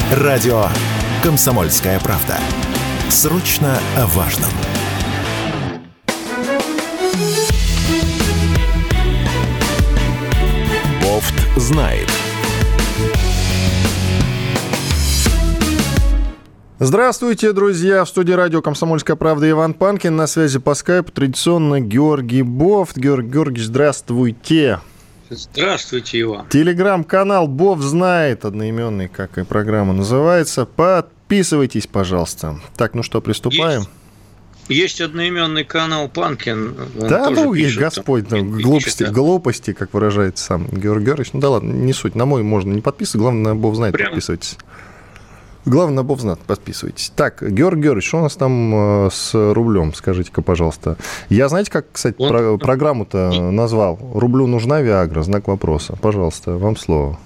Радио «Комсомольская правда». Срочно о важном. Бофт знает. Здравствуйте, друзья! В студии радио «Комсомольская правда» Иван Панкин. На связи по скайпу традиционно Георгий Бофт. Георгий Георгиевич, здравствуйте! Здравствуйте, Иван. Телеграм-канал «Бофт знает», одноименный, как и программа называется. Подписывайтесь, пожалуйста. Так, ну что, приступаем? Есть одноименный канал Панкин. Да, ну, есть Господь, глупости, как выражается сам Георгий Георгиевич. Ну да ладно, не суть. На мой можно не подписываться, главное, на «Бофт знает» подписывайтесь. Главное, на «Бофт знает» подписывайтесь. Так, Георгий Георгиевич, что у нас там с рублем? Скажите-ка, пожалуйста. Я, знаете, как, кстати, программу-то назвал? «Рублю нужна Виагра?» Знак вопроса. Пожалуйста, вам слово.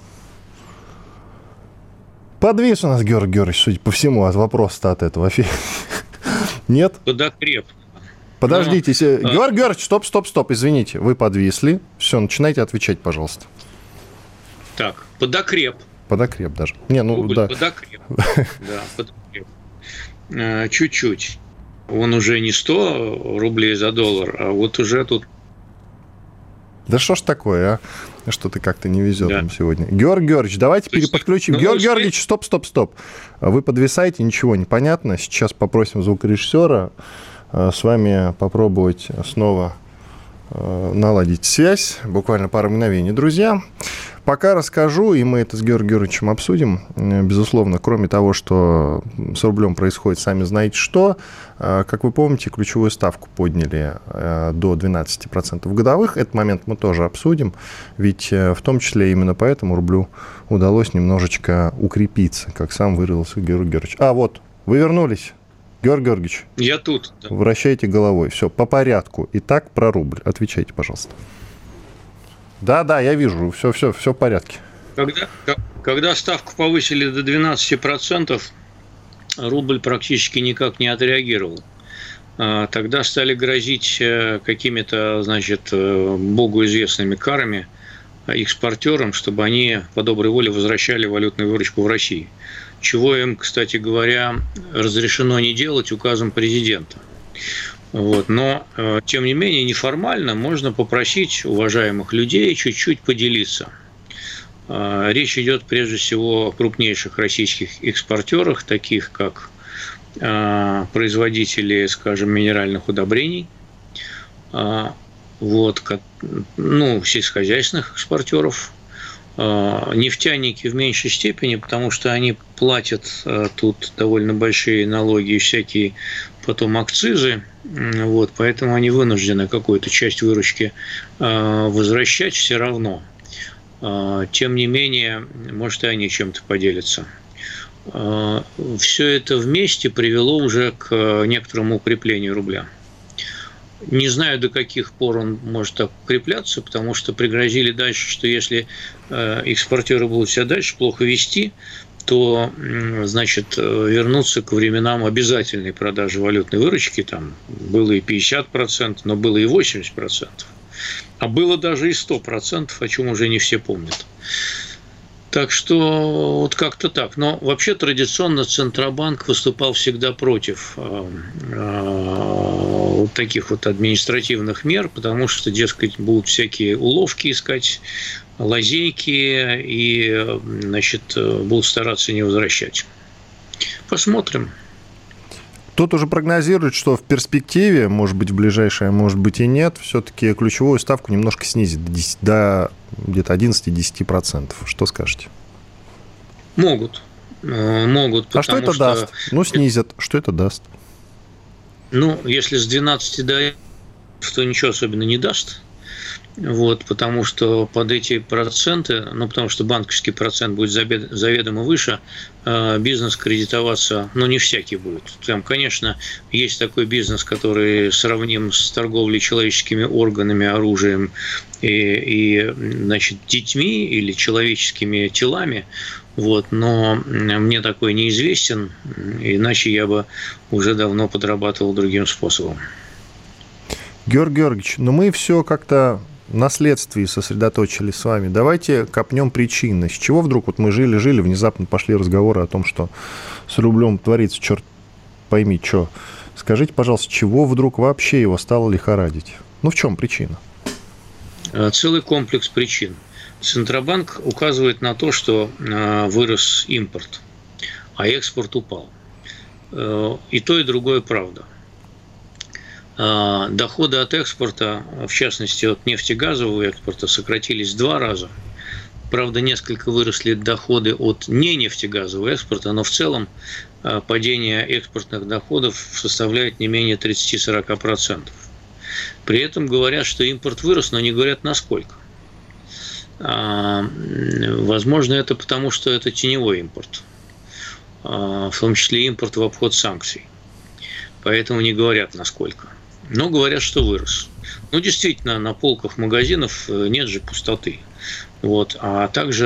Подвис у нас Георгий Георгиевич, судя по всему, от вопроса-то от этого. Нет? Подокреп. Подождите. Георгий Георгиевич, стоп, извините. Вы подвисли. Все, начинайте отвечать, пожалуйста. Так, подокреп. Подокреп даже. Не, ну Рубль, да. Подокреп. Да, подокреп. Чуть-чуть. Он уже не 100 рублей за доллар, а вот уже тут... Да что ж такое, а? Что-то как-то не везет нам сегодня. Георгий Георгиевич, давайте переподключим. Георгий Георгиевич, стоп. Вы подвисаете, ничего не понятно. Сейчас попросим звукорежиссера с вами попробовать снова наладить связь. Буквально пару мгновений, друзья. Пока расскажу, и мы это с Георгием Георгиевичем обсудим. Безусловно, кроме того, что с рублем происходит, сами знаете что. Как вы помните, ключевую ставку подняли до 12% годовых. Этот момент мы тоже обсудим. Ведь в том числе именно поэтому рублю удалось немножечко укрепиться, как сам выразился Георгий Георгиевич. А, вот, вы вернулись. Георгий Георгиевич. Я тут. Да. Вращайте головой. Все, по порядку. Итак, про рубль. Отвечайте, пожалуйста. Да, я вижу, все в порядке. Когда ставку повысили до 12%, рубль практически никак не отреагировал. Тогда стали грозить какими-то, богу известными карами экспортерам, чтобы они по доброй воле возвращали валютную выручку в Россию. Чего им, кстати говоря, разрешено не делать указом президента. Вот. Но, тем не менее, неформально можно попросить уважаемых людей чуть-чуть поделиться. Речь идет прежде всего о крупнейших российских экспортерах, таких как производители, скажем, минеральных удобрений, сельскохозяйственных экспортеров, нефтяники в меньшей степени, потому что они платят тут довольно большие налоги и всякие потом акцизы, поэтому они вынуждены какую-то часть выручки возвращать все равно. Тем не менее, может, и они чем-то поделятся. Все это вместе привело уже к некоторому укреплению рубля. Не знаю, до каких пор он может так укрепляться, потому что пригрозили дальше, что если экспортеры будут себя дальше плохо вести, то, вернуться к временам обязательной продажи валютной выручки. Там было и 50%, но было и 80%. А было даже и 100%, о чем уже не все помнят. Так что вот как-то так. Но вообще традиционно Центробанк выступал всегда против вот таких вот административных мер, потому что, дескать, будут всякие уловки искать, лазейки и, будут стараться не возвращать. Посмотрим. Тут уже прогнозируют, что в перспективе, может быть, в ближайшее, может быть и нет, все-таки ключевую ставку немножко снизит до где-то 11-10%. Что скажете? Могут. А что это даст? Снизят. Что это даст? Если с 12 до 11, то ничего особенно не даст. Потому что под эти проценты, потому что банковский процент будет заведомо выше, бизнес кредитоваться, не всякий будет. Там, конечно, есть такой бизнес, который сравним с торговлей человеческими органами, оружием и детьми или человеческими телами. Но мне такой неизвестен, иначе я бы уже давно подрабатывал другим способом. Георгий Георгиевич, мы все как-то на следствии сосредоточились с вами. Давайте копнем причины. С чего вдруг вот мы жили-жили, внезапно пошли разговоры о том, что с рублем творится черт пойми что. Скажите, пожалуйста, с чего вдруг вообще его стало лихорадить? Ну, в чем причина? Целый комплекс причин. Центробанк указывает на то, что вырос импорт, а экспорт упал. И то, и другое правда. Доходы от экспорта, в частности от нефтегазового экспорта, сократились в 2 раза. Правда, несколько выросли доходы от ненефтегазового экспорта, но в целом падение экспортных доходов составляет не менее 30-40%. При этом говорят, что импорт вырос, но не говорят насколько. Возможно, это потому, что это теневой импорт, в том числе импорт в обход санкций. Поэтому не говорят насколько. Но говорят, что вырос. Ну, действительно, на полках магазинов нет же пустоты. Вот. А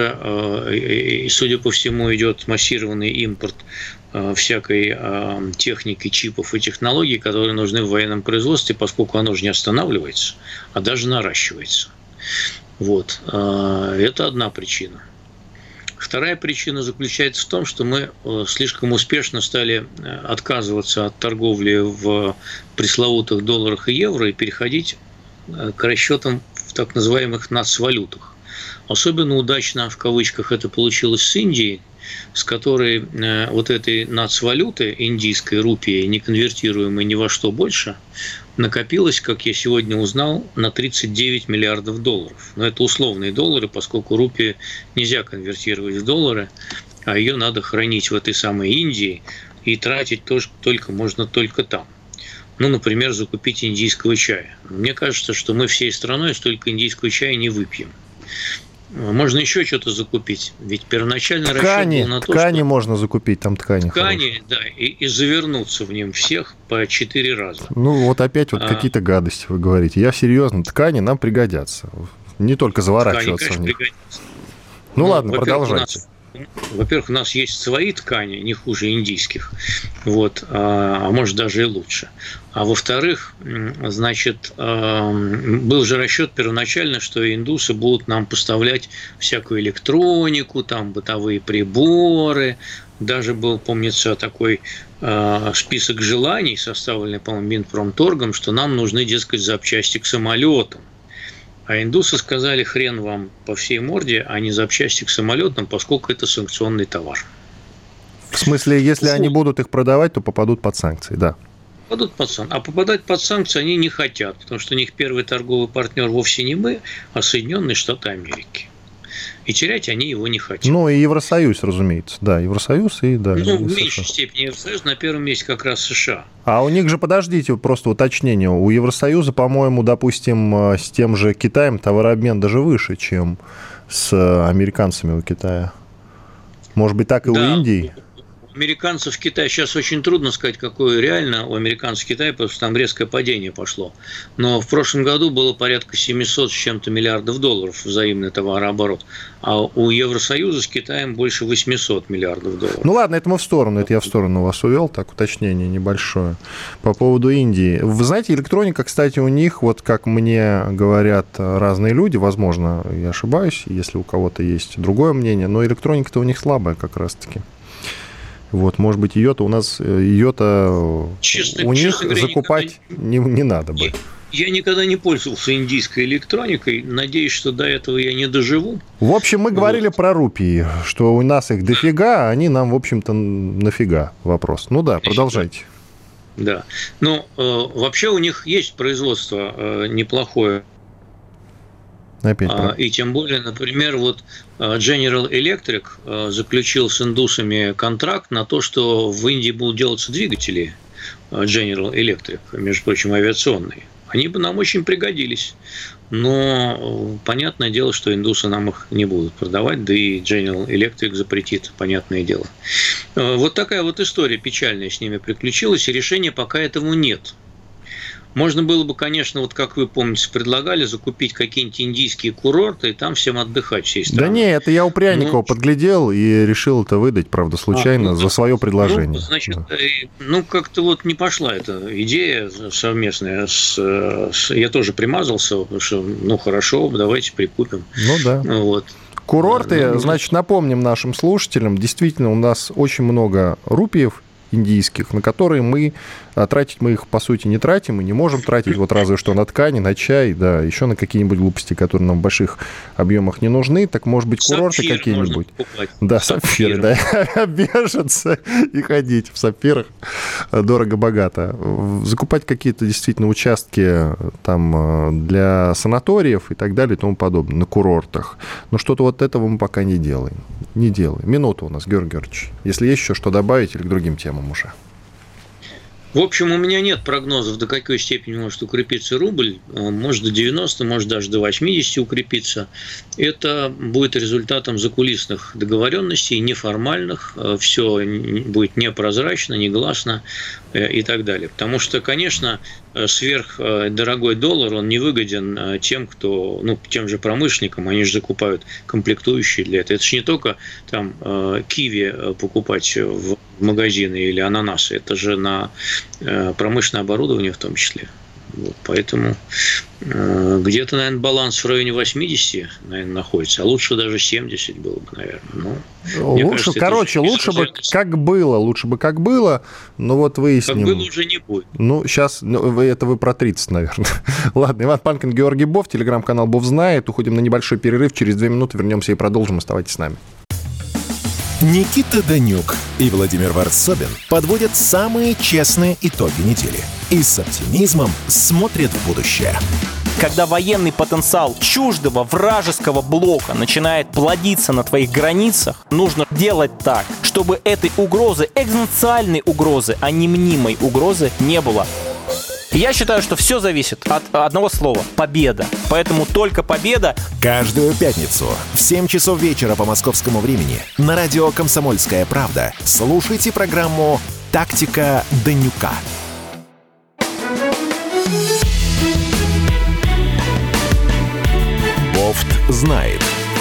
также, судя по всему, идет массированный импорт всякой техники, чипов и технологий, которые нужны в военном производстве, поскольку оно же не останавливается, а даже наращивается. Вот. Это одна причина. Вторая причина заключается в том, что мы слишком успешно стали отказываться от торговли в пресловутых долларах и евро и переходить к расчетам в так называемых нацвалютах. Особенно удачно, в кавычках, это получилось с Индией, с которой вот этой нацвалюты, индийской рупии, не конвертируемой ни во что больше, накопилось, как я сегодня узнал, на 39 миллиардов долларов. Но это условные доллары, поскольку рупию нельзя конвертировать в доллары, а ее надо хранить в этой самой Индии и тратить тоже можно только там. Ну, например, закупить индийского чая. Мне кажется, что мы всей страной столько индийского чая не выпьем. Можно еще что-то закупить. Ведь первоначально расчет был на то, ткани что можно закупить, там ткани хорошие. Да, и завернуться в нем всех по 4 раза. Ну, вот опять вот какие-то гадости вы говорите. Я серьезно, ткани нам пригодятся. Не только заворачиваться ткани, конечно, в них. Пригодятся. Ну, ладно, продолжайте. Во-первых, у нас есть свои ткани, не хуже индийских, вот, а может даже и лучше. А во-вторых, значит, был же расчет первоначально, что индусы будут нам поставлять всякую электронику, там бытовые приборы. Даже был, помнится, такой список желаний, составленный, по-моему, Минпромторгом, что нам нужны, дескать, запчасти к самолетам. А индусы сказали: хрен вам по всей морде, а не запчасти к самолетам, поскольку это санкционный товар. В смысле, если они будут их продавать, то попадут под санкции, да. Попадут под санкции. А попадать под санкции они не хотят, потому что у них первый торговый партнер вовсе не мы, а Соединенные Штаты Америки. И терять они его не хотят. Ну, и Евросоюз, разумеется. Да, Евросоюз и да. Ну, в меньшей степени Евросоюз, на первом месте как раз США. А у них же, подождите, просто уточнение. У Евросоюза, по-моему, допустим, с тем же Китаем товарообмен даже выше, чем с американцами у Китая. Может быть, так и да. У Индии? Американцев в Китае сейчас очень трудно сказать, какое реально у американцев в Китае, потому что там резкое падение пошло. Но в прошлом году было порядка 700 с чем-то миллиардов долларов взаимный товарооборот, а у Евросоюза с Китаем больше 800 миллиардов долларов. Ну ладно, это мы в сторону, это я в сторону вас увел, так, уточнение небольшое. По поводу Индии. Вы знаете, электроника, кстати, у них, вот как мне говорят разные люди, возможно, я ошибаюсь, если у кого-то есть другое мнение, но электроника-то у них слабая как раз-таки. Вот, может быть, ее-то у нас, у них говоря, закупать не надо бы. Я никогда не пользовался индийской электроникой, надеюсь, что до этого я не доживу. В общем, мы говорили про рупии, что у нас их дофига, а они нам, в общем-то, нафига вопрос. Ну да, продолжайте. Да, ну, вообще у них есть производство неплохое. И тем более, например, вот General Electric заключил с индусами контракт на то, что в Индии будут делаться двигатели General Electric, между прочим, авиационные. Они бы нам очень пригодились. Но понятное дело, что индусы нам их не будут продавать, да и General Electric запретит, понятное дело. Вот такая вот история печальная с ними приключилась, и решения пока этому нет. Можно было бы, конечно, вот как вы помните, предлагали закупить какие-нибудь индийские курорты и там всем отдыхать всей страной. Да не, это я у Пряникова подглядел и решил это выдать, правда, случайно, за свое предложение. Значит, как-то вот не пошла эта идея совместная. Я тоже примазался, потому что, хорошо, давайте прикупим. Ну да. Вот. Курорты, значит, напомним нашим слушателям, действительно, у нас очень много рупиев индийских, на которые тратить мы их, по сути, не тратим и не можем тратить, вот разве что на ткани, на чай, да, еще на какие-нибудь глупости, которые нам в больших объемах не нужны, так, может быть, курорты какие-нибудь. Да, сапфиры, да, обвешаться и ходить в сапфирах дорого-богато. Закупать какие-то действительно участки там для санаториев и так далее и тому подобное на курортах. Но что-то вот этого мы пока не делаем. Минута у нас, Георгий Георгиевич. Если есть еще что добавить или к другим темам уже. В общем, у меня нет прогнозов, до какой степени может укрепиться рубль. Может до 90, может даже до 80 укрепиться. Это будет результатом закулисных договоренностей, неформальных. Все будет непрозрачно, негласно и так далее. Потому что, конечно, сверхдорогой доллар, он не выгоден тем, тем же промышленникам, они же закупают комплектующие для этого. Это же не только там киви покупать в магазины или ананасы, это же на промышленное оборудование в том числе. Вот, поэтому где-то, наверное, баланс в районе 80, наверное, находится, а лучше даже 70 было бы, наверное. Лучше бы как было, но вот выясним. Как было уже не будет. Сейчас, это вы про 30, наверное. Ладно, Иван Панкин, Георгий Бофт, телеграм-канал Бов знает. Уходим на небольшой перерыв, через 2 минуты вернемся и продолжим. Оставайтесь с нами. Никита Данюк и Владимир Варсобин подводят самые честные итоги недели и с оптимизмом смотрят в будущее. Когда военный потенциал чуждого вражеского блока начинает плодиться на твоих границах, нужно делать так, чтобы этой угрозы, экзистенциальной угрозы, а не мнимой угрозы не было. Я считаю, что все зависит от одного слова – победа. Поэтому только победа. Каждую пятницу в 7 часов вечера по московскому времени на радио «Комсомольская правда» слушайте программу «Тактика Данюка». Бофт знает.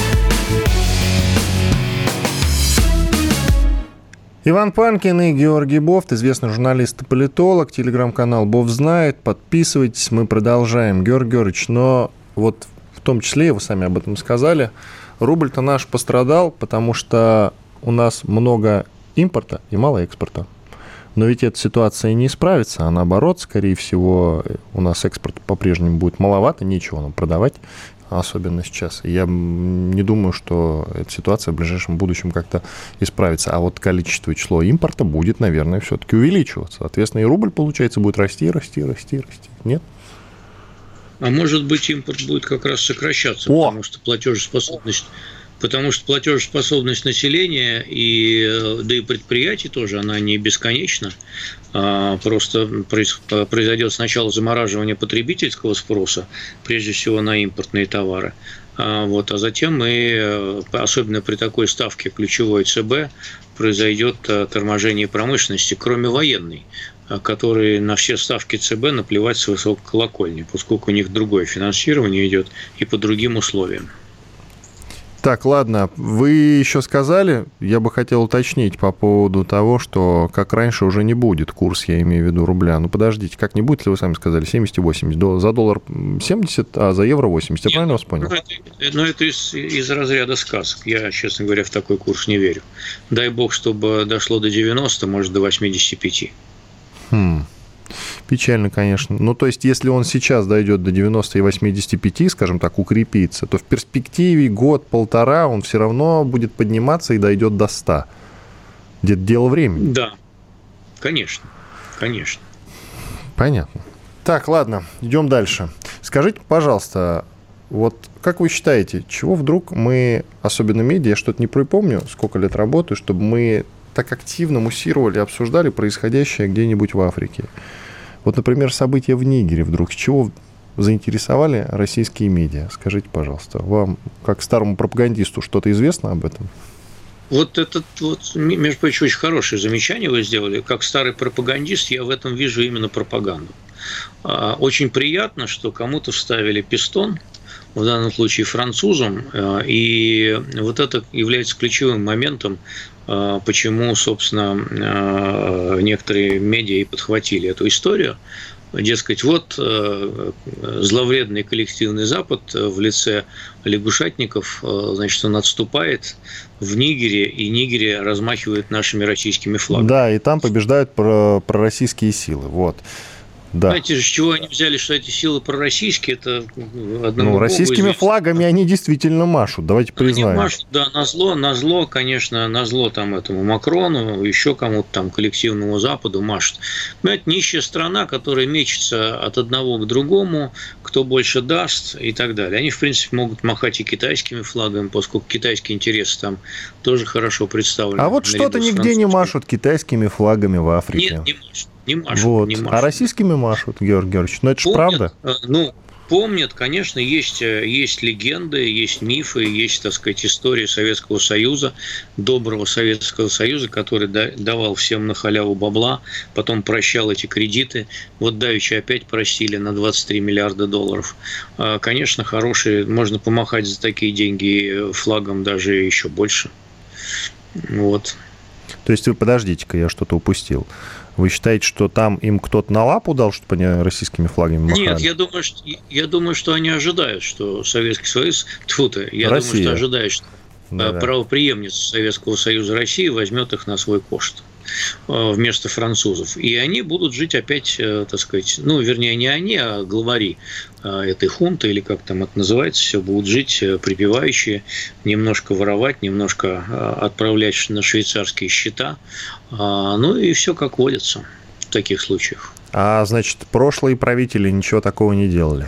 Иван Панкин и Георгий Бофт, известный журналист и политолог, телеграм-канал Бов знает. Подписывайтесь, мы продолжаем. Георгий Георгиевич, но вот в том числе, вы сами об этом сказали, рубль-то наш пострадал, потому что у нас много импорта и мало экспорта. Но ведь эта ситуация не исправится, а наоборот, скорее всего, у нас экспорт по-прежнему будет маловато, нечего нам продавать, особенно сейчас. Я не думаю, что эта ситуация в ближайшем будущем как-то исправится. А вот количество и число импорта будет, наверное, все-таки увеличиваться. Соответственно, и рубль, получается, будет расти. Нет? А может быть, импорт будет как раз сокращаться, потому что платежеспособность населения да и предприятий тоже, она не бесконечна. Просто произойдет сначала замораживание потребительского спроса, прежде всего на импортные товары. А затем особенно при такой ставке ключевой ЦБ, произойдет торможение промышленности, кроме военной, которые на все ставки ЦБ наплевать с высокой колокольни, поскольку у них другое финансирование идет и по другим условиям. Так, ладно, вы еще сказали, я бы хотел уточнить по поводу того, что как раньше уже не будет курс, я имею в виду рубля. Подождите, как не будет, если вы сами сказали, 70 и 80, за доллар 70, а за евро 80, я правильно вас понял? Это из разряда сказок, я, честно говоря, в такой курс не верю. Дай бог, чтобы дошло до 90, может, до 85. Печально, конечно. То есть, если он сейчас дойдет до 90 и 85, скажем так, укрепится, то в перспективе год-полтора он все равно будет подниматься и дойдет до 100. Где-то дело времени. Да, конечно. Понятно. Так, ладно, идем дальше. Скажите, пожалуйста, вот как вы считаете, чего вдруг мы, особенно медиа, я что-то не припомню, сколько лет работаю, чтобы мы так активно муссировали, обсуждали происходящее где-нибудь в Африке? Вот, например, события в Нигере вдруг с чего заинтересовали российские медиа? Скажите, пожалуйста, вам, как старому пропагандисту, что-то известно об этом? Между прочим, очень хорошее замечание вы сделали. Как старый пропагандист я в этом вижу именно пропаганду. Очень приятно, что кому-то вставили пистон, в данном случае французам, и вот это является ключевым моментом, почему, собственно, некоторые медиа и подхватили эту историю. Дескать, вот зловредный коллективный Запад в лице лягушатников, значит, он отступает в Нигере, и Нигере размахивают нашими российскими флагами. Да, и там побеждают пророссийские силы, вот. Да. Знаете, с чего они взяли, что эти силы пророссийские? Это одному российскими флагами они действительно машут, давайте признаем. Они машут, да, назло, конечно, назло там этому Макрону, еще кому-то там коллективному Западу машут. Но это нищая страна, которая мечется от одного к другому, кто больше даст и так далее. Они, в принципе, могут махать и китайскими флагами, поскольку китайские интересы там тоже хорошо представлены. А вот что-то нигде не машут китайскими флагами в Африке. Нет, не машут. Не машут, вот. не машут. А российскими машут, Георгий Георгиевич. Но это же правда. Помнят, конечно, есть легенды, есть мифы, есть, так сказать, история Советского Союза, доброго Советского Союза, который давал всем на халяву бабла, потом прощал эти кредиты. Вот давеча опять простили на 23 миллиарда долларов. Конечно, хорошие, можно помахать за такие деньги флагом даже еще больше. Вот. То есть вы подождите-ка, я что-то упустил. Вы считаете, что там им кто-то на лапу дал, чтобы они российскими флагами махали? Нет, я думаю, что они ожидают, что Советский Союз, Россия. Думаю, что ожидают, что правопреемница Советского Союза России возьмет их на свой кошт вместо французов. И они будут жить опять, так сказать, вернее, не они, а главари этой хунты, или как там это называется, все будут жить припевающие, немножко воровать, немножко отправлять на швейцарские счета, и все как водится в таких случаях. А, значит, прошлые правители ничего такого не делали?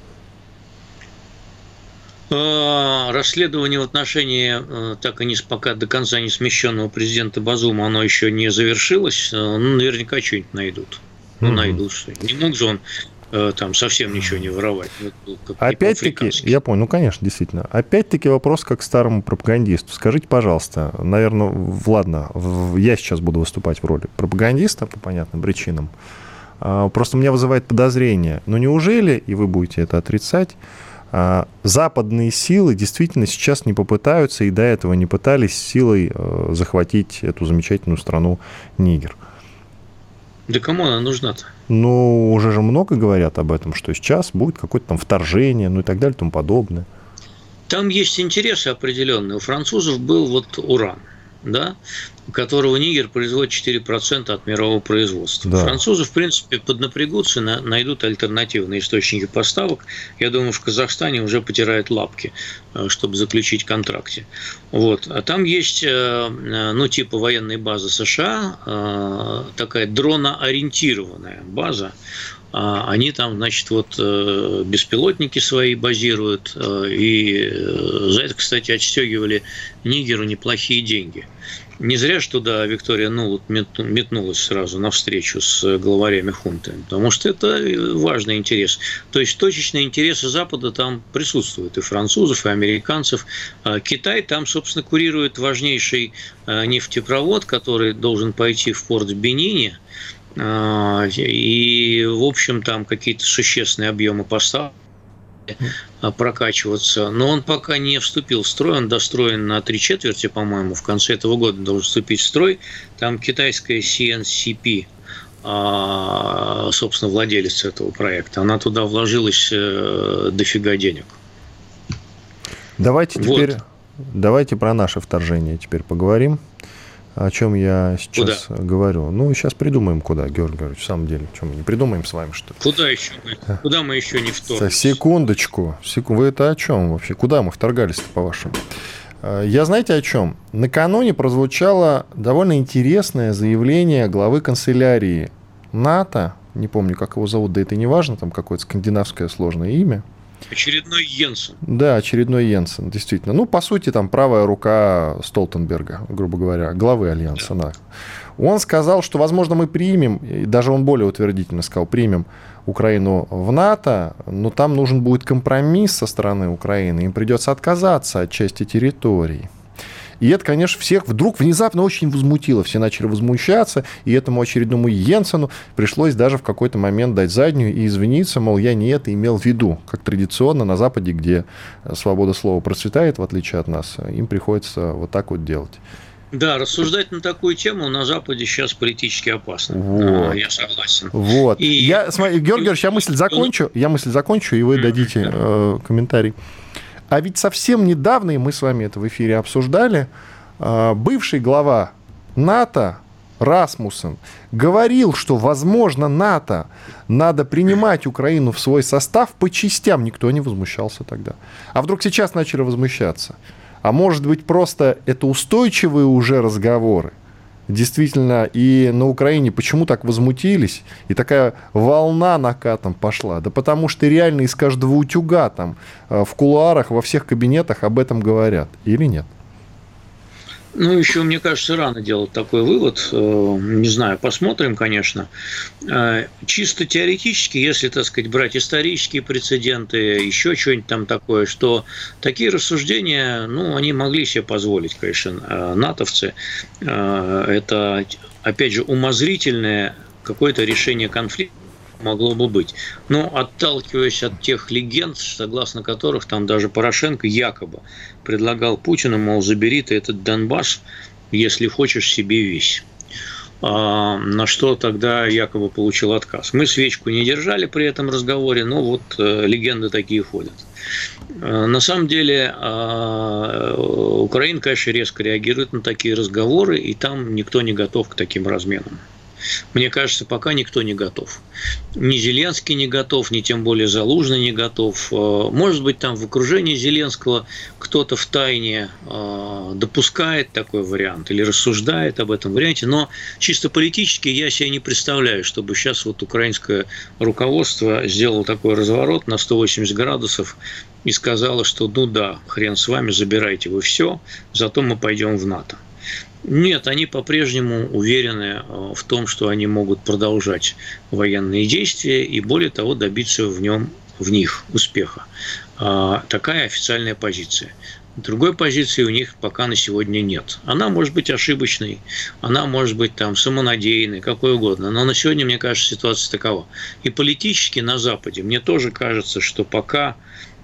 Расследование в отношении так и пока до конца не смещенного президента Базума, оно еще не завершилось. Наверняка что-нибудь найдут. Найдут что-нибудь. Не мог же он там совсем ничего не воровать. Опять-таки, я понял, конечно, действительно. Опять-таки вопрос как к старому пропагандисту. Скажите, пожалуйста, наверное, ладно, я сейчас буду выступать в роли пропагандиста по понятным причинам. Просто меня вызывает подозрение. Но неужели, и вы будете это отрицать, западные силы действительно сейчас не попытаются и до этого не пытались силой захватить эту замечательную страну Нигер? Да кому она нужна-то? Уже же много говорят об этом, что сейчас будет какое-то там вторжение, и так далее, и тому подобное. Там есть интересы определенные. У французов был уран, да, которого Нигер производит 4% от мирового производства. Да. Французы, в принципе, поднапрягутся, найдут альтернативные источники поставок. Я думаю, в Казахстане уже потирают лапки, чтобы заключить контракты. Вот. А там есть, типа военной базы США, такая дроноориентированная база. Они там, значит, беспилотники свои базируют, и за это, кстати, отстегивали Нигеру неплохие деньги. Не зря ж туда Виктория Нуланд метнулась сразу навстречу с главарями хунты, потому что это важный интерес. То есть точечные интересы Запада там присутствуют, и французов, и американцев. Китай там, собственно, курирует важнейший нефтепровод, который должен пойти в порт в Бенине, и, в общем, там какие-то существенные объемы поставок прокачиваться, но он пока не вступил в строй, он достроен на 3/4, по-моему, в конце этого года должен вступить в строй. Там китайская CNCP, собственно, владелец этого проекта, она туда вложилась дофига денег. Давайте про наше вторжение теперь поговорим. О чем я сейчас говорю. Сейчас придумаем, куда, Георгий Георгиевич, в самом деле. Чем мы не придумаем с вами, что ли? Куда мы еще не вторглись? Секундочку. Вы это о чем вообще? Куда мы вторгались-то, по-вашему? Я знаете о чем? Накануне прозвучало довольно интересное заявление главы канцелярии НАТО. Не помню, как его зовут, да это не важно, там какое-то скандинавское сложное имя. Очередной Йенсен. Да, очередной Йенсен, действительно. По сути, там правая рука Столтенберга, грубо говоря, главы Альянса. Да. Он сказал, что, возможно, мы примем, и даже он более утвердительно сказал, примем Украину в НАТО, но там нужен будет компромисс со стороны Украины, им придется отказаться от части территорий. И это, конечно, всех вдруг внезапно очень возмутило. Все начали возмущаться, и этому очередному Йенсену пришлось даже в какой-то момент дать заднюю и извиниться, мол, я не это имел в виду. Как традиционно на Западе, где свобода слова процветает, в отличие от нас, им приходится вот так вот делать. Да, рассуждать на такую тему на Западе сейчас политически опасно. Вот. Я согласен. Вот. Георгий Георгиевич, я мысль закончу, и вы дадите комментарий. А ведь совсем недавно, и мы с вами это в эфире обсуждали, бывший глава НАТО Расмуссен говорил, что, возможно, НАТО надо принимать Украину в свой состав по частям. Никто не возмущался тогда. А вдруг сейчас начали возмущаться? А может быть, просто это устойчивые уже разговоры? Действительно, и на Украине почему так возмутились? И такая волна накатом пошла? Да потому что реально из каждого утюга там в кулуарах, во всех кабинетах об этом говорят. Или нет? Ну, еще, мне кажется, рано делать такой вывод. Не знаю, посмотрим, конечно. Чисто теоретически, если, так сказать, брать исторические прецеденты, еще что-нибудь там такое, что такие рассуждения, ну, они могли себе позволить, конечно, натовцы. Это, опять же, умозрительное какое-то решение конфликта могло бы быть. Но отталкиваясь от тех легенд, согласно которых там даже Порошенко якобы предлагал Путину, мол, забери ты этот Донбасс, если хочешь, себе весь. На что тогда якобы получил отказ. Мы свечку не держали при этом разговоре, но вот легенды такие ходят. На самом деле Украина, конечно, резко реагирует на такие разговоры, и там никто не готов к таким разменам. Мне кажется, пока никто не готов. Ни Зеленский не готов, ни тем более Залужный не готов. Может быть, там в окружении Зеленского кто-то втайне допускает такой вариант или рассуждает об этом варианте, но чисто политически я себе не представляю, чтобы сейчас вот украинское руководство сделало такой разворот на 180 градусов и сказало, что ну да, хрен с вами, забирайте вы все, зато мы пойдем в НАТО. Нет, они по-прежнему уверены в том, что они могут продолжать военные действия и, более того, добиться в них успеха. Такая официальная позиция. Другой позиции у них пока на сегодня нет. Она может быть ошибочной, она может быть там самонадеянной, какой угодно. Но на сегодня, мне кажется, ситуация такова. И политически на Западе мне тоже кажется, что пока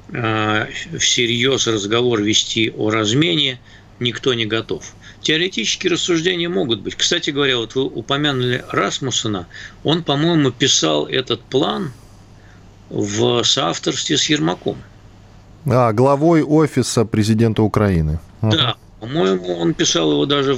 всерьез разговор вести о размене никто не готов. Теоретические рассуждения могут быть. Кстати говоря, вот вы упомянули Расмуссена, он, по-моему, писал этот план в соавторстве с Ермаком. Главой офиса президента Украины. Да, по-моему, он писал его даже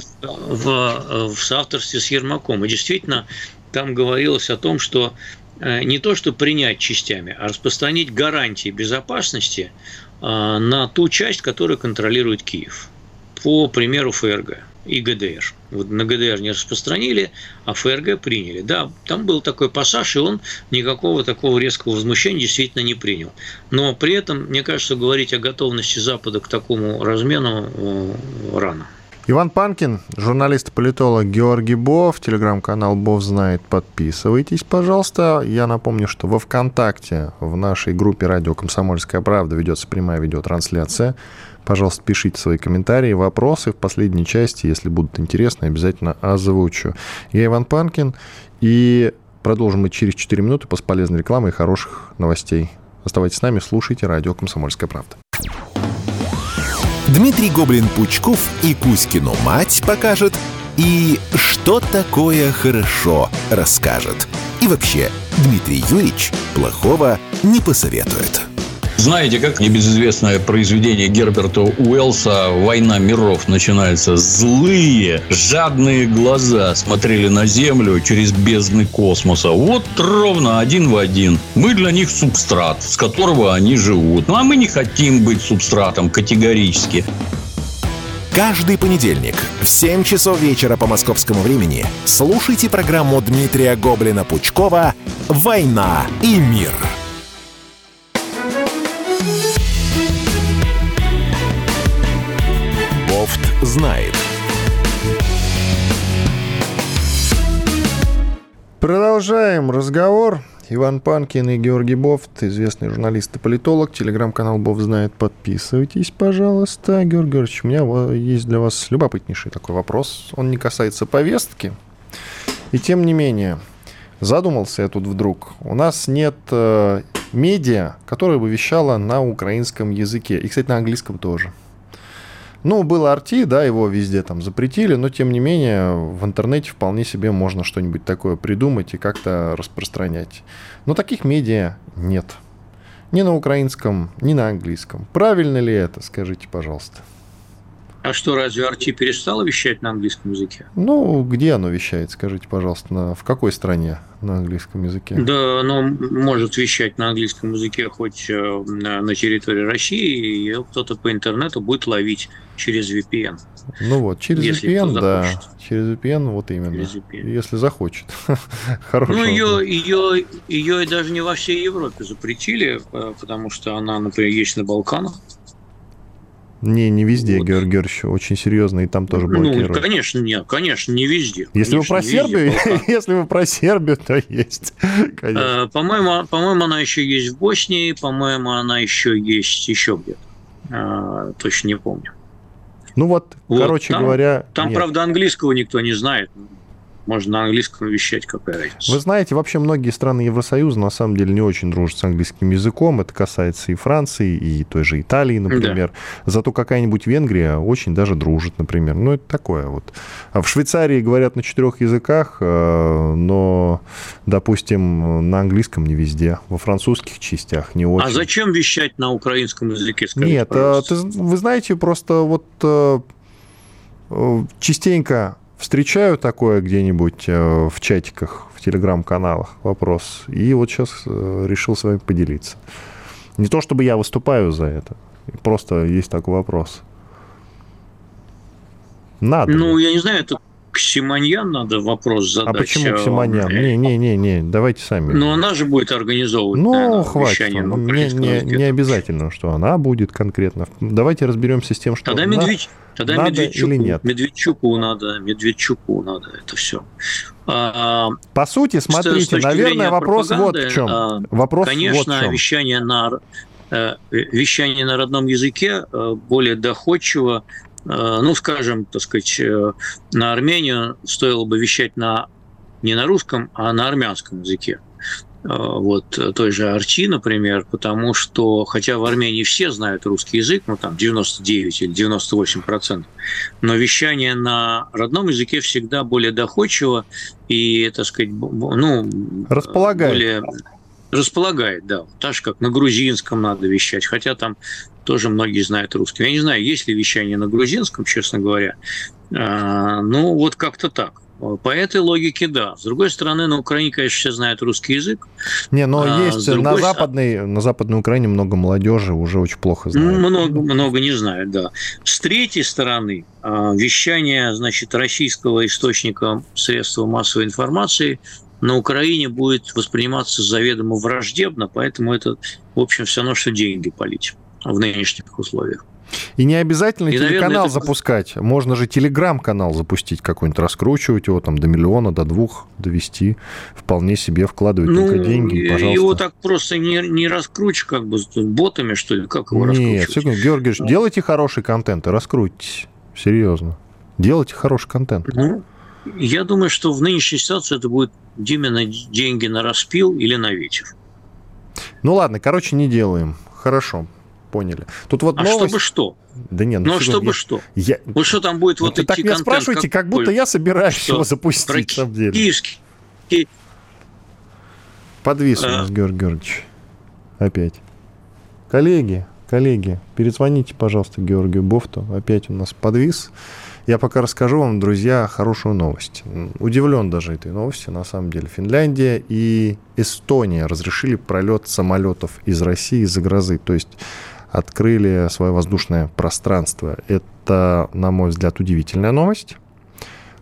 в соавторстве с Ермаком. И действительно, там говорилось о том, что не то, что принять частями, а распространить гарантии безопасности на ту часть, которую контролирует Киев. По примеру ФРГ и ГДР. Вот на ГДР не распространили, а ФРГ приняли. Да, там был такой пассаж, и он никакого такого резкого возмущения действительно не принял. Но при этом, мне кажется, говорить о готовности Запада к такому размену рано. Иван Панкин, журналист-политолог Георгий Бов, телеграм-канал Бов знает, подписывайтесь, пожалуйста. Я напомню, что во ВКонтакте в нашей группе «Радио Комсомольская правда» ведется прямая видеотрансляция. Пожалуйста, пишите свои комментарии, вопросы в последней части, если будут интересны, обязательно озвучу. Я Иван Панкин, и продолжим мы через 4 минуты после полезной рекламы и хороших новостей. Оставайтесь с нами, слушайте «Радио Комсомольская правда». Дмитрий Гоблин-Пучков и Кузькину мать покажет, и что такое хорошо расскажет. И вообще, Дмитрий Юрьевич плохого не посоветует. Знаете, как небезызвестное произведение Герберта Уэллса «Война миров» начинается? Злые, жадные глаза смотрели на Землю через бездны космоса. Вот ровно один в один. Мы для них субстрат, с которого они живут. Ну, а мы не хотим быть субстратом категорически. Каждый понедельник в 7 часов вечера по московскому времени слушайте программу Дмитрия Гоблина-Пучкова «Война и мир». Бофт знает. Продолжаем разговор. Иван Панкин и Георгий Бофт, известный журналист и политолог. Телеграм-канал Бофт знает. Подписывайтесь, пожалуйста. Георгий Георгиевич, у меня есть для вас любопытнейший такой вопрос. Он не касается повестки. И тем не менее, задумался я тут вдруг. У нас нет медиа, которое бы вещало на украинском языке. И, кстати, на английском тоже. Ну, было RT, да, его везде там запретили, но, тем не менее, в интернете вполне себе можно что-нибудь такое придумать и как-то распространять. Но таких медиа нет. Ни на украинском, ни на английском. Правильно ли это, скажите, пожалуйста? А что, разве RT перестало вещать на английском языке? Ну, где оно вещает, скажите, пожалуйста, в какой стране на английском языке? Да, оно может вещать на английском языке хоть на территории России, и кто-то по интернету будет ловить через VPN. Ну вот, через VPN, да. Через VPN, вот именно. VPN. Если захочет. Хорошо. Ну, ее даже не во всей Европе запретили, потому что она, например, есть на Балканах. Не везде, вот. Георгий Георгиевич, очень серьезно, и там тоже блокируют. Ну, конечно, не везде. Если вы про Сербию, то есть. По-моему, она еще есть в Боснии, по-моему, она еще есть еще где-то. Точно не помню. Ну вот, короче говоря... Там, правда, английского никто не знает. Можно на английском вещать, какая разница. Вы знаете, вообще многие страны Евросоюза на самом деле не очень дружат с английским языком. Это касается и Франции, и той же Италии, например. Да. Зато какая-нибудь Венгрия очень даже дружит, например. Ну, это такое вот. А в Швейцарии говорят на 4 языках, но, допустим, на английском не везде. Во французских частях не очень. А зачем вещать на украинском языке? Скажите, нет, вы знаете, просто вот частенько... Встречаю такое где-нибудь в чатиках, в телеграм-каналах вопрос. И вот сейчас решил с вами поделиться. Не то чтобы я выступаю за это. Просто есть такой вопрос. Надо. Ну, я не знаю, это к Симоньян надо вопрос задать. А почему к Симоньян? Не, давайте сами. Но она же будет организовывать. Ну, хватит. Не обязательно, что она будет конкретно. Давайте разберемся с тем, что Тогда надо или нет. Медведчуку надо это все. По сути, смотрите, наверное, вопрос вот в чем. Конечно, вот вещание на родном языке более доходчиво. Ну, скажем, так сказать, на Армению стоило бы вещать не на русском, а на армянском языке. Вот той же RT, например, потому что, хотя в Армении все знают русский язык, ну, там 99 или 98%, но вещание на родном языке всегда более доходчиво и, так сказать, ну... Располагает, да. Так же, как на грузинском надо вещать, хотя там тоже многие знают русский. Я не знаю, есть ли вещание на грузинском, честно говоря. Ну, вот как-то так. По этой логике, да. С другой стороны, на Украине, конечно, все знают русский язык. Не, но есть на Западной Украине много молодежи уже очень плохо знает. Много не знают, да. С третьей стороны, вещание, значит, российского источника средства массовой информации на Украине будет восприниматься заведомо враждебно, поэтому это, в общем, все равно, что деньги палить в нынешних условиях. И не обязательно телеканал запускать. Можно же телеграм-канал запустить какой-нибудь, раскручивать его там до 1 миллиона, до 2 довести. Вполне себе вкладывать только деньги, пожалуйста. Его так просто не раскручивать, как бы с ботами, что ли? Как его раскручивать? Нет, Георгий Георгиевич, делайте хороший контент и раскруйтесь. Серьезно. Делайте хороший контент. Я думаю, что в нынешней ситуации это будет именно деньги на распил или на ветер. Ну ладно, короче, не делаем. Хорошо, поняли. Тут вот новость... чтобы что? Да нет, что? Вот что там будет вот идти так меня спрашиваете, как будто я собираюсь его запустить, на самом деле. Подвис у нас Георгий Георгиевич. Опять. Коллеги, перезвоните, пожалуйста, Георгию Бофту. Опять у нас подвис. Я пока расскажу вам, друзья, хорошую новость. Удивлен даже этой новости, на самом деле. Финляндия и Эстония разрешили пролет самолетов из России из-за грозы. То есть открыли свое воздушное пространство. Это, на мой взгляд, удивительная новость.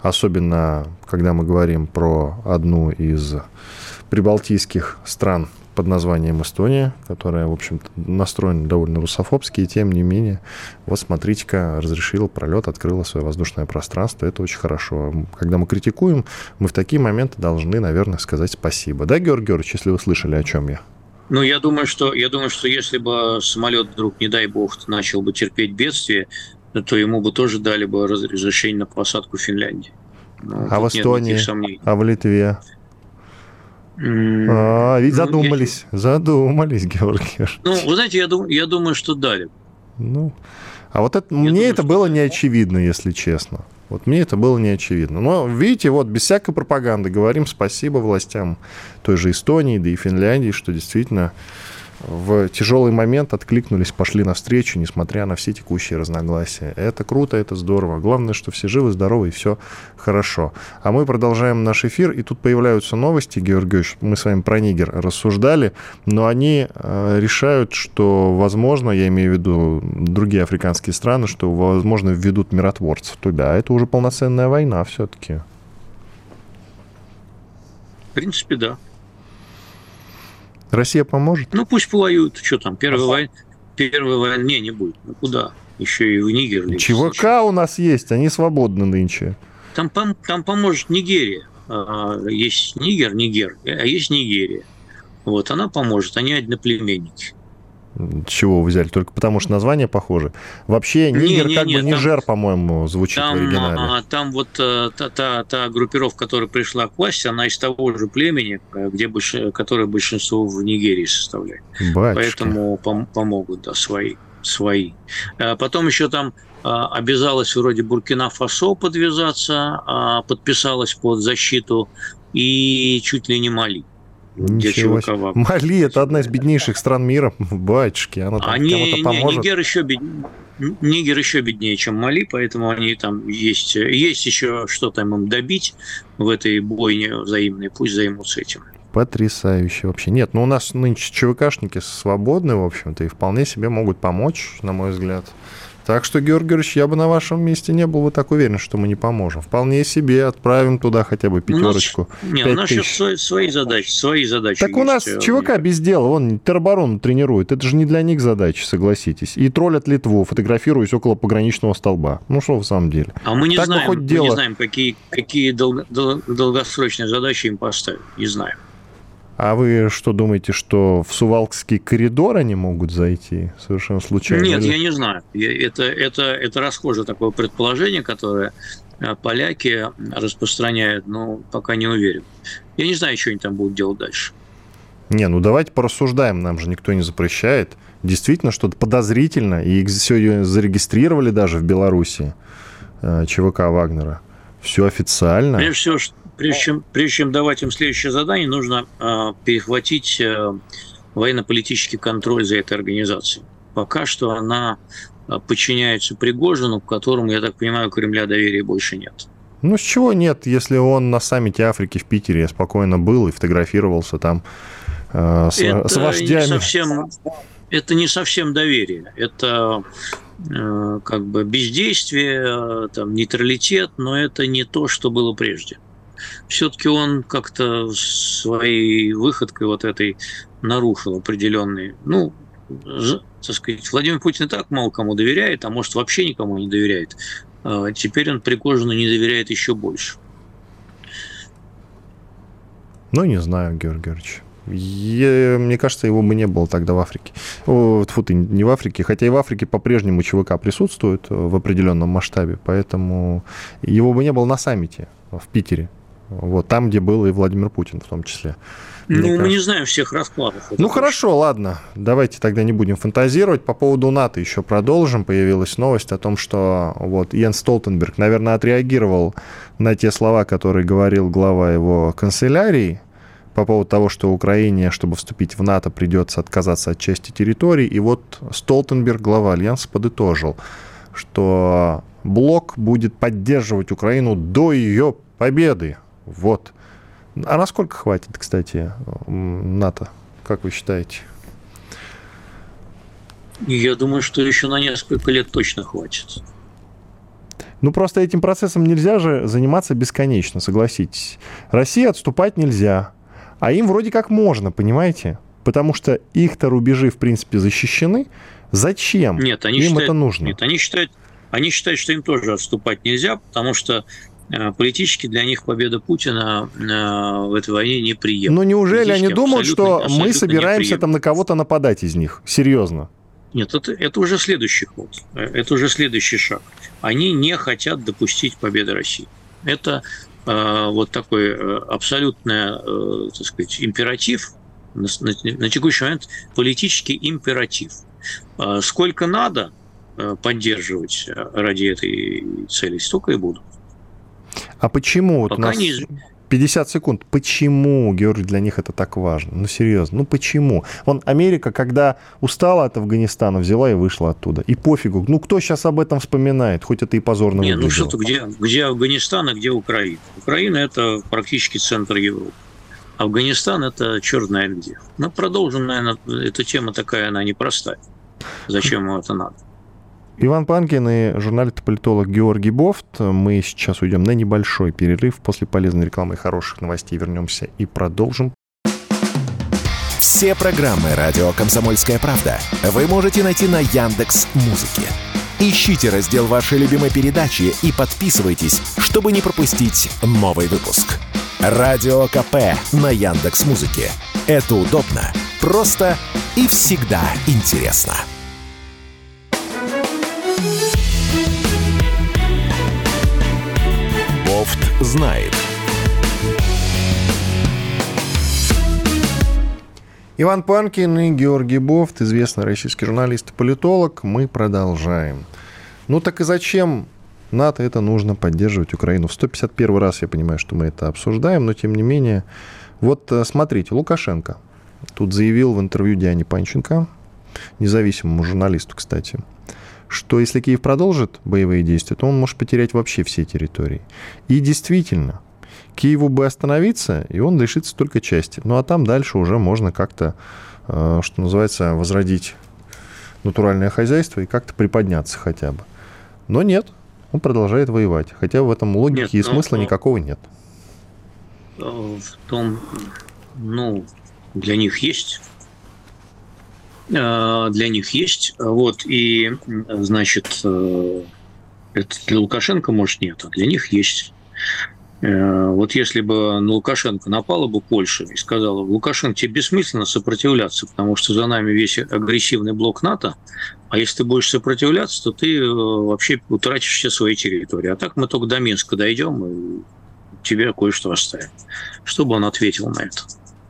Особенно, когда мы говорим про одну из прибалтийских стран, под названием Эстония, которая, в общем-то, настроена довольно русофобски, и тем не менее, вот смотрите-ка, разрешила пролет, открыла свое воздушное пространство, это очень хорошо. Когда мы критикуем, мы в такие моменты должны, наверное, сказать спасибо. Да, Георгий Георгиевич, если вы слышали, о чем я? Ну, я думаю, что если бы самолет вдруг, не дай бог, начал бы терпеть бедствие, то ему бы тоже дали бы разрешение на посадку в Финляндии. А в Эстонии? А в Литве? Ведь задумались, Георгий. Ну, вы знаете, я думаю, что дали. Ну, а вот это, мне это было не очевидно, если честно. Вот мне это было не очевидно. Но, видите, вот без всякой пропаганды говорим спасибо властям той же Эстонии, да и Финляндии, что действительно в тяжелый момент откликнулись, пошли навстречу, несмотря на все текущие разногласия. Это круто, это здорово. Главное, что все живы, здоровы и все хорошо. А мы продолжаем наш эфир, и тут появляются новости, Георгий Георгиевич, мы с вами про Нигер рассуждали, но они решают, что, возможно, я имею в виду другие африканские страны, что, возможно, введут миротворцев туда. Это уже полноценная война все-таки. В принципе, да. Россия поможет? Ну, пусть повоюют. Что там, первой войны не будет. Ну, куда? Еще и в Нигер. ЧВК у нас есть, они свободны нынче. Там поможет Нигерия. Есть Нигер, а есть Нигерия. Вот, она поможет, они одноплеменники. Чего вы взяли? Только потому, что название похоже? Вообще, Нигер Нижер, по-моему, звучит в оригинале. Там вот та группировка, которая пришла к власти, она из того же племени, которое большинство в Нигерии составляет. Батюшки. Поэтому помогут, да, свои. Потом еще там обязалась вроде Буркина-Фасо подвязаться, подписалась под защиту, и чуть ли не Мали. Ничего себе. Мали – это одна из беднейших стран мира, батюшки. Она там кому-то поможет. Нигер еще беднее, чем Мали, поэтому они там есть еще что-то им добить в этой бойне взаимной, пусть займутся этим. Потрясающе вообще. Нет, ну у нас нынче ЧВКшники свободны, в общем-то, и вполне себе могут помочь, на мой взгляд. Так что, Георгий Георгиевич, я бы на вашем месте не был бы так уверен, что мы не поможем. Вполне себе отправим туда хотя бы пятерочку. У нас сейчас свои задачи. Так у нас ЧВК без дела, вон тероборону тренирует. Это же не для них задачи, согласитесь. И троллят Литву, фотографируясь около пограничного столба. Ну что в самом деле? А мы не знаем, какие долгосрочные задачи им поставят. Не знаем. А вы что думаете, что в Сувалкский коридор они могут зайти совершенно случайно? Нет, я не знаю. Это расхожее такое предположение, которое поляки распространяют, но пока не уверен. Я не знаю, что они там будут делать дальше. Не, ну давайте порассуждаем, нам же никто не запрещает. Действительно, что-то подозрительно, и их все зарегистрировали даже в Беларуси, ЧВК Вагнера. Все официально. Прежде чем давать им следующее задание, нужно перехватить военно-политический контроль за этой организацией. Пока что она подчиняется Пригожину, к которому, я так понимаю, у Кремля доверия больше нет. Ну, с чего нет, если он на саммите Африки в Питере спокойно был и фотографировался там с вождями? Это не совсем доверие. Это как бы бездействие, там, нейтралитет, но это не то, что было прежде. Все-таки он как-то своей выходкой вот этой нарушил определенные... Ну, так сказать, Владимир Путин и так мало кому доверяет, а может, вообще никому не доверяет. Теперь он Пригожину не доверяет еще больше. Ну, не знаю, Георгий Георгиевич. Мне кажется, его бы не было тогда в Африке. Не в Африке, хотя и в Африке по-прежнему ЧВК присутствует в определенном масштабе, поэтому его бы не было на саммите в Питере. Вот, там, где был и Владимир Путин в том числе. Мы не знаем всех раскладов. Ну, хорошо, ладно. Давайте тогда не будем фантазировать. По поводу НАТО еще продолжим. Появилась новость о том, что вот Йенс Столтенберг, наверное, отреагировал на те слова, которые говорил глава его канцелярии по поводу того, что Украине, чтобы вступить в НАТО, придется отказаться от части территорий. И вот Столтенберг, глава Альянса, подытожил, что блок будет поддерживать Украину до ее победы. Вот. А насколько хватит, кстати, НАТО? Как вы считаете? Я думаю, что еще на несколько лет точно хватит. Ну, просто этим процессом нельзя же заниматься бесконечно, согласитесь. России отступать нельзя. А им вроде как можно, понимаете? Потому что их-то рубежи, в принципе, защищены. Зачем им это нужно? Нет, они считают, что им тоже отступать нельзя, потому что политически для них победа Путина в этой войне неприемлема. Но неужели они думают, что мы собираемся там на кого-то нападать из них? Серьезно? Нет, это уже следующий ход. Это уже следующий шаг. Они не хотят допустить победы России. Это вот такой абсолютный, так сказать, императив, на текущий момент политический императив. Сколько надо поддерживать ради этой цели, столько и будут. А почему? Вот у нас 50 секунд. Почему, Георгий, для них это так важно? Ну, серьезно, ну почему? Вон Америка, когда устала от Афганистана, взяла и вышла оттуда. И пофигу. Ну, кто сейчас об этом вспоминает? Хоть это и позорно выглядело. Ну что-то, где Афганистан, а где Украина? Украина – это практически центр Европы. Афганистан – это черт знает где. Мы продолжим, наверное, эта тема такая, она непростая. Зачем ему это надо? Иван Панкин и журналист-политолог Георгий Бофт. Мы сейчас уйдем на небольшой перерыв. После полезной рекламы и хороших новостей вернемся и продолжим. Все программы «Радио Комсомольская правда» вы можете найти на Яндекс.Музыке. Ищите раздел вашей любимой передачи и подписывайтесь, чтобы не пропустить новый выпуск. Радио КП на Яндекс.Музыке. Это удобно, просто и всегда интересно. Бофт знает. Иван Панкин и Георгий Бофт, известный российский журналист и политолог. Мы продолжаем. Ну так и зачем НАТО это нужно поддерживать Украину? В 151 раз я понимаю, что мы это обсуждаем, но тем не менее. Вот смотрите, Лукашенко тут заявил в интервью Диане Панченко, независимому журналисту, кстати, что если Киев продолжит боевые действия, то он может потерять вообще все территории. И действительно, Киеву бы остановиться, и он лишится только части. Ну, а там дальше уже можно как-то, что называется, возродить натуральное хозяйство и как-то приподняться хотя бы. Но нет, он продолжает воевать. Хотя в этом логики и смысла никакого нет. В том, для них есть. Для них есть. Вот, и, значит, это для Лукашенко, может, нет, а для них есть. Вот если бы на Лукашенко напала бы Польша и сказала: Лукашенко, тебе бессмысленно сопротивляться, потому что за нами весь агрессивный блок НАТО, а если ты будешь сопротивляться, то ты вообще утратишь все свои территории. А так мы только до Минска дойдем и тебе кое-что оставим. Что бы он ответил на это?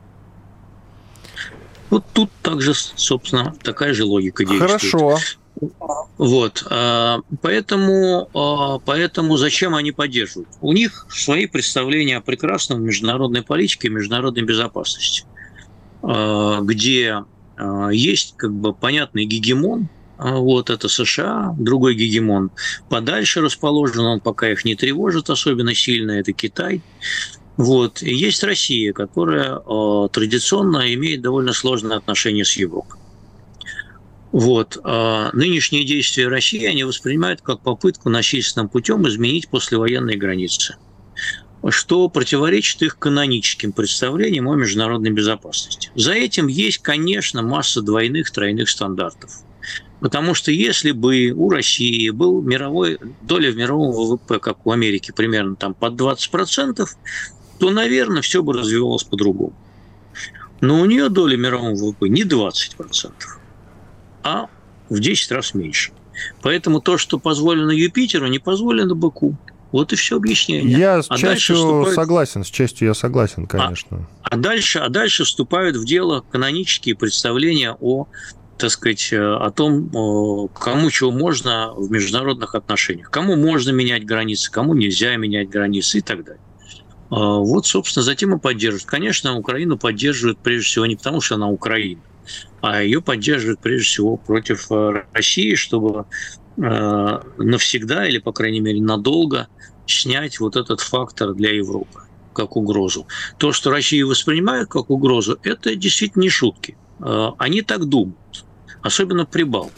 Вот тут также, собственно, такая же логика действует. Хорошо. Вот. Поэтому зачем они поддерживают? У них свои представления о прекрасном международной политике и международной безопасности, где есть как бы понятный гегемон, вот это США, другой гегемон подальше расположен, он пока их не тревожит особенно сильно, это Китай. Вот. И есть Россия, которая традиционно имеет довольно сложные отношения с Европой. Вот. Нынешние действия России они воспринимают как попытку насильственным путем изменить послевоенные границы, что противоречит их каноническим представлениям о международной безопасности. За этим есть, конечно, масса двойных, тройных стандартов. Потому что если бы у России был доля в мировом ВВП, как у Америки, примерно там под 20%, то, наверное, все бы развивалось по-другому. Но у нее доля мирового ВВП не 20%, а в 10 раз меньше. Поэтому то, что позволено Юпитеру, не позволено быку. Вот и все объяснение. Я с частью согласен, конечно. А дальше вступают в дело канонические представления о, так сказать, о том, кому чего можно в международных отношениях. Кому можно менять границы, кому нельзя менять границы и так далее. Вот, собственно, затем и поддерживают. Конечно, Украину поддерживают прежде всего не потому, что она Украина, а ее поддерживают прежде всего против России, чтобы навсегда или, по крайней мере, надолго снять вот этот фактор для Европы как угрозу. То, что Россию воспринимают как угрозу, это действительно не шутки. Они так думают, особенно прибалты.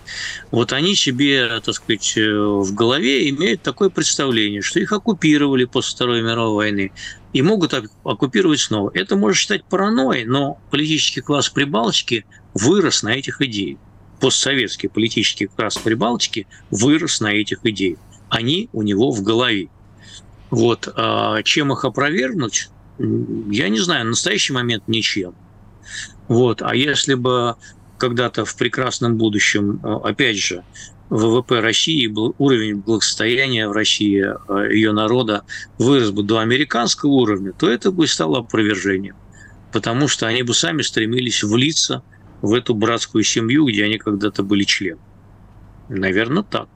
Вот они себе, так сказать, в голове имеют такое представление, что их оккупировали после Второй мировой войны и могут оккупировать снова. Это можно считать паранойей, но политический класс Прибалтики вырос на этих идеях. Постсоветский политический класс Прибалтики вырос на этих идеях. Они у него в голове. Вот. Чем их опровергнуть, я не знаю, в настоящий момент ничем. Вот. А если бы когда-то в прекрасном будущем, опять же, ВВП России, уровень благосостояния в России, ее народа вырос бы до американского уровня, то это бы стало опровержением. Потому что они бы сами стремились влиться в эту братскую семью, где они когда-то были членами. Наверное, так.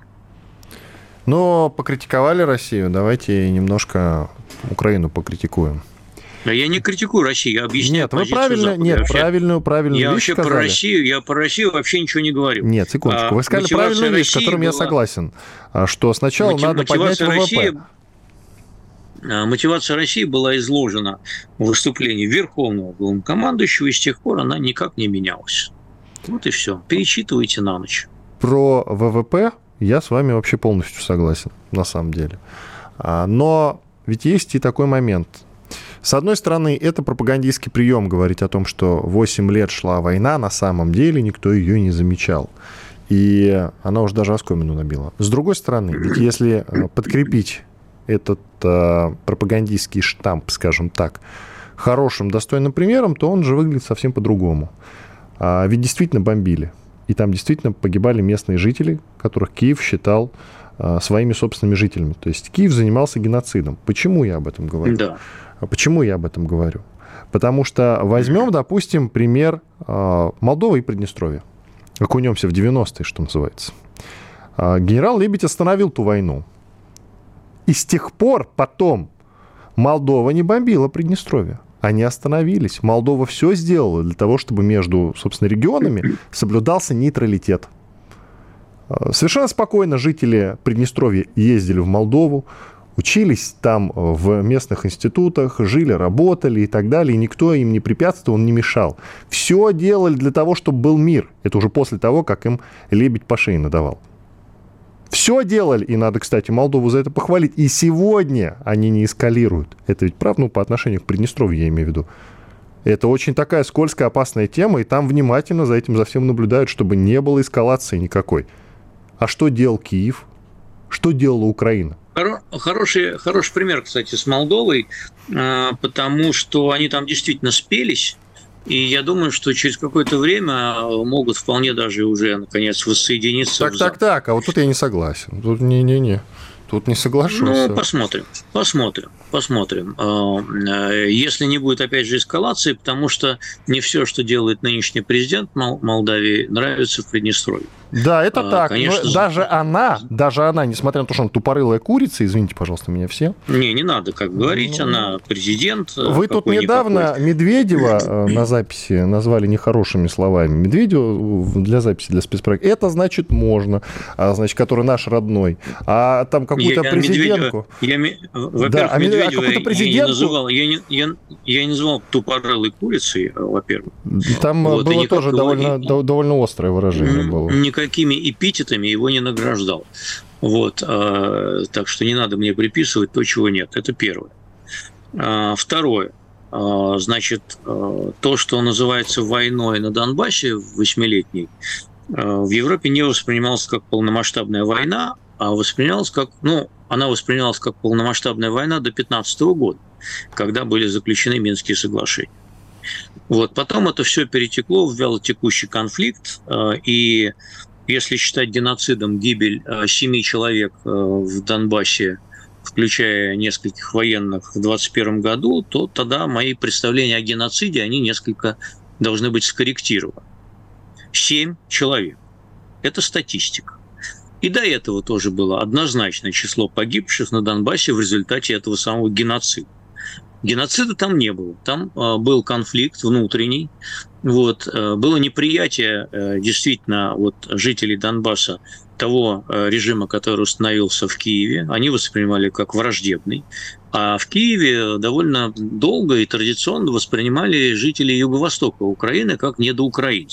Но покритиковали Россию, давайте немножко Украину покритикуем. Я не критикую Россию, я объясняю позицию Запада. Правильную вещь сказали. Я про Россию вообще ничего не говорю. Нет, секундочку. Вы сказали правильную вещь, с которой я согласен. Что сначала надо поднять ВВП. Мотивация России была изложена в выступлении Верховного главнокомандующего, и с тех пор она никак не менялась. Вот и все. Перечитывайте на ночь. Про ВВП я с вами вообще полностью согласен, на самом деле. Но ведь есть и такой момент. С одной стороны, это пропагандистский прием говорить о том, что 8 лет шла война, на самом деле никто ее не замечал. И она уже даже оскомину набила. С другой стороны, ведь если подкрепить этот пропагандистский штамп, скажем так, хорошим, достойным примером, то он же выглядит совсем по-другому. Ведь действительно бомбили. И там действительно погибали местные жители, которых Киев считал своими собственными жителями. То есть Киев занимался геноцидом. Почему я об этом говорю? Да. Почему я об этом говорю? Потому что возьмем, допустим, пример Молдовы и Приднестровья. Окунемся в 90-е, что называется. Генерал Лебедь остановил ту войну. И с тех пор потом Молдова не бомбила Приднестровье. Они остановились. Молдова все сделала для того, чтобы между, собственно, регионами соблюдался нейтралитет. Совершенно спокойно жители Приднестровья ездили в Молдову, учились там в местных институтах, жили, работали и так далее, и никто им не препятствовал, не мешал. Все делали для того, чтобы был мир. Это уже после того, как им Лебедь по шее надавал. Все делали, и надо, кстати, Молдову за это похвалить. И сегодня они не эскалируют. Это ведь правда, по отношению к Приднестровью, я имею в виду. Это очень такая скользкая, опасная тема, и там внимательно за этим, за всем наблюдают, чтобы не было эскалации никакой. А что делал Киев? Что делала Украина? Хороший пример, кстати, с Молдовой, потому что они там действительно спелись, и я думаю, что через какое-то время могут вполне даже уже, наконец, воссоединиться. Так, а вот тут я не согласен. Тут не-не-не. Тут не соглашусь. Ну, посмотрим. Если не будет, опять же, эскалации, потому что не все, что делает нынешний президент Молдавии, нравится в Приднестровье. Да, это так. Конечно. Но даже она, несмотря на то, что она тупорылая курица, извините, пожалуйста, меня все. Не надо как говорить, она президент. Вы тут недавно Медведева на записи назвали нехорошими словами. Медведева для записи, для спецпроекта. Это значит можно, значит, который наш родной. А там какую-то президентку. Во-первых, Медведева я не называл тупорылой курицей, во-первых. Там было тоже довольно острое выражение было. Никакими эпитетами его не награждал. Вот. Так что не надо мне приписывать то, чего нет. Это первое. Второе. Значит, то, что называется войной на Донбассе 8-летней, в Европе не воспринималось как полномасштабная война, а воспринималась как, она воспринималась как полномасштабная война до 2015 года, когда были заключены Минские соглашения. Вот. Потом это все перетекло в вялотекущий конфликт, и если считать геноцидом гибель 7 человек в Донбассе, включая нескольких военных в 2021 году, то тогда мои представления о геноциде, они несколько должны быть скорректированы. 7 человек. Это статистика. И до этого тоже было однозначное число погибших на Донбассе в результате этого самого геноцида. Геноцида там не было. Там был конфликт внутренний. Вот, было неприятие действительно жителей Донбасса того режима, который установился в Киеве. Они воспринимали как враждебный. А в Киеве довольно долго и традиционно воспринимали жителей Юго-Востока Украины как недоукраинцев.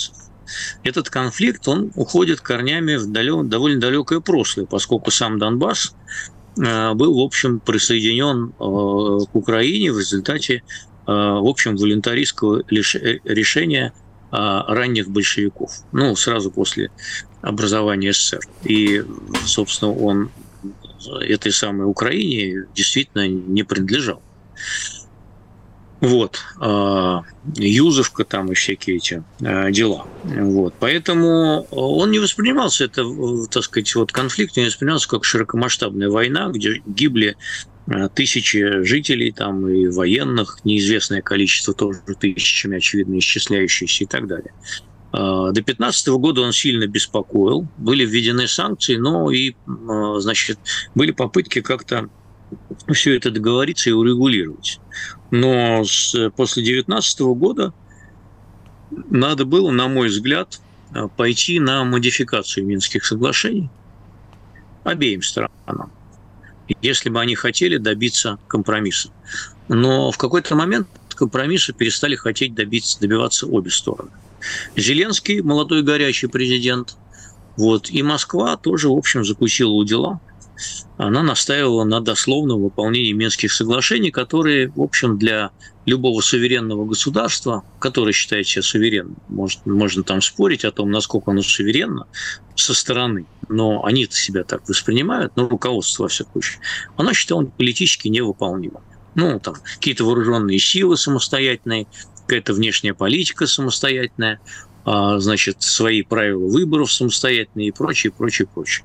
этот конфликт, он уходит корнями в довольно далекое прошлое, поскольку сам Донбасс был, в общем, присоединен к Украине в результате, в общем, волюнтаристского решения ранних большевиков, сразу после образования СССР. И, собственно, он этой самой Украине действительно не принадлежал. Вот. Юзовка там и всякие эти дела. Вот. Поэтому он не воспринимался, это, так сказать, конфликт не воспринимался как широкомасштабная война, где гибли тысячи жителей там, и военных, неизвестное количество тоже тысячами, очевидно, исчисляющиеся и так далее. До 2015 года он сильно беспокоил, были введены санкции, но и, значит, были попытки как-то все это договориться и урегулировать. Но после 2019 года надо было, на мой взгляд, пойти на модификацию Минских соглашений обеим сторонам, если бы они хотели добиться компромисса. Но в какой-то момент компромисса перестали хотеть добиваться обе стороны. Зеленский, молодой горячий президент, и Москва тоже, в общем, закусила у дела. Она настаивала на дословном выполнении Минских соглашений, которые, в общем, для любого суверенного государства, которое считает себя суверенным, можно там спорить о том, насколько оно суверенно со стороны, но они-то себя так воспринимают, руководство, во всяком случае, оно считало политически невыполнимым. Там какие-то вооруженные силы самостоятельные, какая-то внешняя политика самостоятельная, значит, свои правила выборов самостоятельные и прочее, прочее, прочее.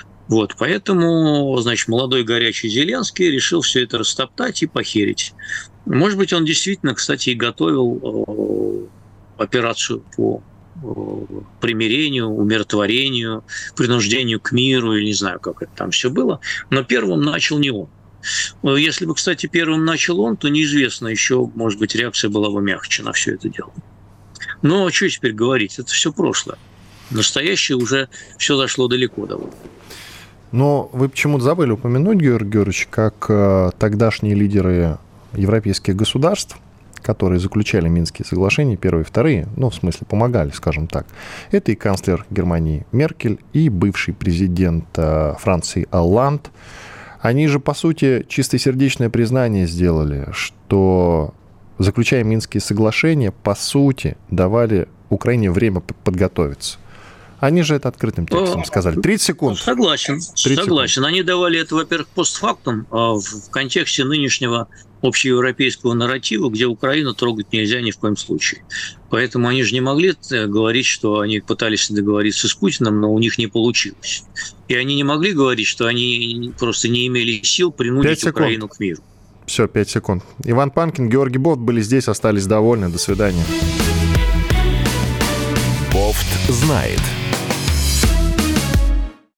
Поэтому, значит, молодой горячий Зеленский решил все это растоптать и похерить. Может быть, он действительно, кстати, и готовил операцию по примирению, умиротворению, принуждению к миру, я не знаю, как это там все было, но первым начал не он. Если бы, кстати, первым начал он, то неизвестно еще, может быть, реакция была бы мягче на все это дело. Но что теперь говорить, это все прошлое. Настоящее уже все зашло далеко довольно. Но вы почему-то забыли упомянуть, Георгий Георгиевич, как тогдашние лидеры европейских государств, которые заключали Минские соглашения, первые и вторые, в смысле помогали, скажем так, это и канцлер Германии Меркель, и бывший президент Франции Олланд. Они же, по сути, чистосердечное признание сделали, что, заключая Минские соглашения, по сути, давали Украине время подготовиться. Они же это открытым текстом сказали. 30 секунд. Согласен. Они давали это, во-первых, постфактум, в контексте нынешнего общеевропейского нарратива, где Украину трогать нельзя ни в коем случае. Поэтому они же не могли говорить, что они пытались договориться с Путиным, но у них не получилось. И они не могли говорить, что они просто не имели сил принудить Украину к миру. Все, 5 секунд. Иван Панкин, Георгий Бофт были здесь, остались довольны. До свидания. Бофт знает.